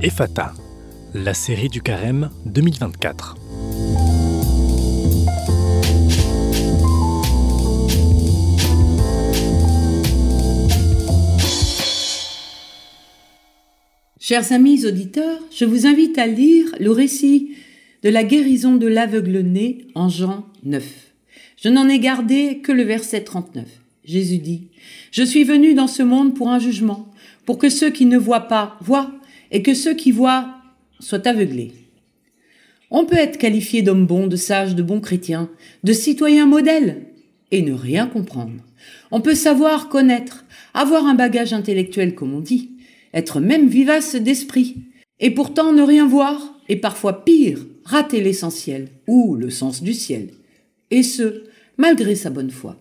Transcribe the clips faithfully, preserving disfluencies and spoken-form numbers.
Ephata, la série du Carême deux mille vingt-quatre. Chers amis auditeurs, je vous invite à lire le récit de la guérison de l'aveugle-né en Jean neuf. Je n'en ai gardé que le verset trente-neuf. Jésus dit « Je suis venu dans ce monde pour un jugement, pour que ceux qui ne voient pas voient, et que ceux qui voient soient aveuglés. » On peut être qualifié d'homme bon, de sage, de bon chrétien, de citoyen modèle, et ne rien comprendre. On peut savoir connaître, avoir un bagage intellectuel comme on dit, être même vivace d'esprit, et pourtant ne rien voir, et parfois pire, rater l'essentiel, ou le sens du ciel, et ce, malgré sa bonne foi.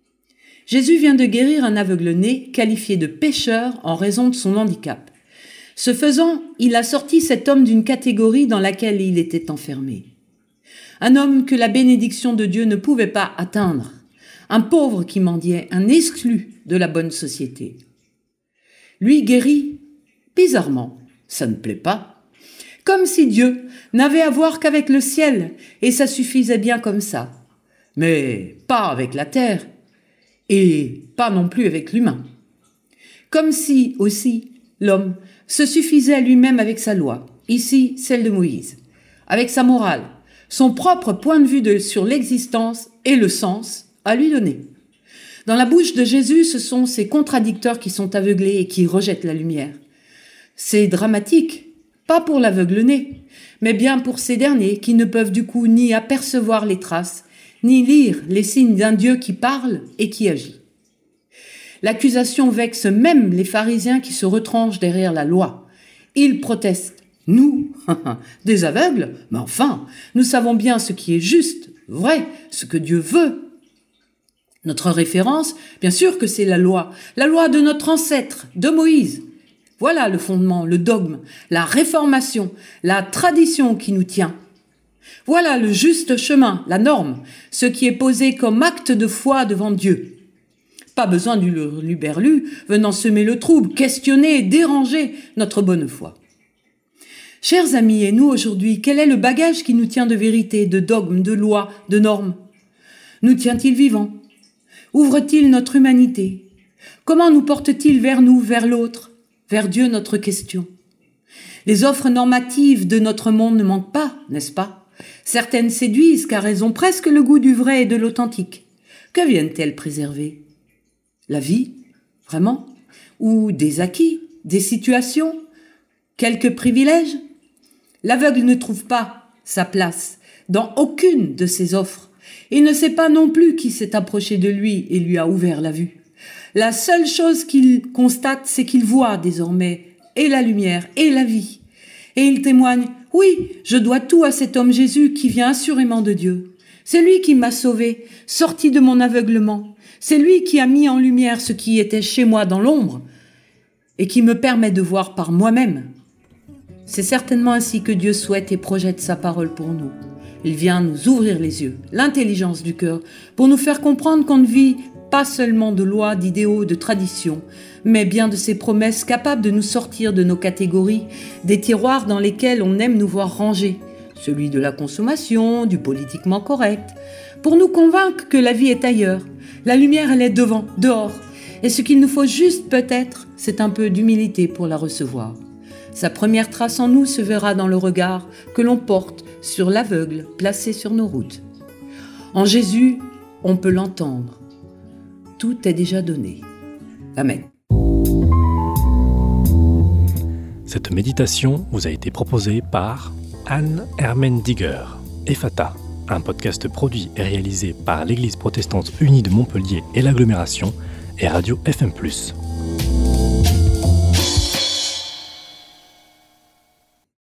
Jésus vient de guérir un aveugle-né qualifié de pécheur en raison de son handicap. Ce faisant, il a sorti cet homme d'une catégorie dans laquelle il était enfermé. Un homme que la bénédiction de Dieu ne pouvait pas atteindre, un pauvre qui mendiait, un exclu de la bonne société. Lui guérit, bizarrement, ça ne plaît pas, comme si Dieu n'avait à voir qu'avec le ciel, et ça suffisait bien comme ça. Mais pas avec la terre, et pas non plus avec l'humain. Comme si, aussi, l'homme se suffisait à lui-même avec sa loi, ici celle de Moïse, avec sa morale, son propre point de vue de, sur l'existence et le sens à lui donner. Dans la bouche de Jésus, ce sont ces contradicteurs qui sont aveuglés et qui rejettent la lumière. C'est dramatique, pas pour l'aveugle-né, mais bien pour ces derniers qui ne peuvent du coup ni apercevoir les traces, ni lire les signes d'un Dieu qui parle et qui agit. L'accusation vexe même les pharisiens qui se retranchent derrière la loi. Ils protestent. Nous, des aveugles, mais enfin, nous savons bien ce qui est juste, vrai, ce que Dieu veut. Notre référence, bien sûr que c'est la loi, la loi de notre ancêtre, de Moïse. Voilà le fondement, le dogme, la réformation, la tradition qui nous tient. Voilà le juste chemin, la norme, ce qui est posé comme acte de foi devant Dieu. Pas besoin du luberlu venant semer le trouble, questionner et déranger notre bonne foi. Chers amis, et nous aujourd'hui, quel est le bagage qui nous tient de vérité, de dogme, de loi, de normes ? Nous tient-il vivants ? Ouvre-t-il notre humanité ? Comment nous porte-t-il vers nous, vers l'autre, vers Dieu notre question ? Les offres normatives de notre monde ne manquent pas, n'est-ce pas ? Certaines séduisent car elles ont presque le goût du vrai et de l'authentique. Que viennent-elles préserver ? La vie ? Vraiment ? Ou des acquis ? Des situations ? Quelques privilèges ? L'aveugle ne trouve pas sa place dans aucune de ces offres. Il ne sait pas non plus qui s'est approché de lui et lui a ouvert la vue. La seule chose qu'il constate, c'est qu'il voit désormais et la lumière et la vie. Et il témoigne, oui, je dois tout à cet homme Jésus qui vient assurément de Dieu. C'est lui qui m'a sauvé, sorti de mon aveuglement. C'est lui qui a mis en lumière ce qui était chez moi dans l'ombre et qui me permet de voir par moi-même. C'est certainement ainsi que Dieu souhaite et projette sa parole pour nous. Il vient nous ouvrir les yeux, l'intelligence du cœur, pour nous faire comprendre qu'on ne vit pas seulement de lois, d'idéaux, de traditions, mais bien de ces promesses capables de nous sortir de nos catégories, des tiroirs dans lesquels on aime nous voir rangés, celui de la consommation, du politiquement correct, pour nous convaincre que la vie est ailleurs, la lumière elle est devant, dehors, et ce qu'il nous faut juste peut-être, c'est un peu d'humilité pour la recevoir. Sa première trace en nous se verra dans le regard que l'on porte sur l'aveugle placé sur nos routes. En Jésus, on peut l'entendre. Tout est déjà donné. Amen. Cette méditation vous a été proposée par Anne Hermendigger. Ephata, un podcast produit et réalisé par l'Église protestante unie de Montpellier et l'agglomération et Radio F M plus.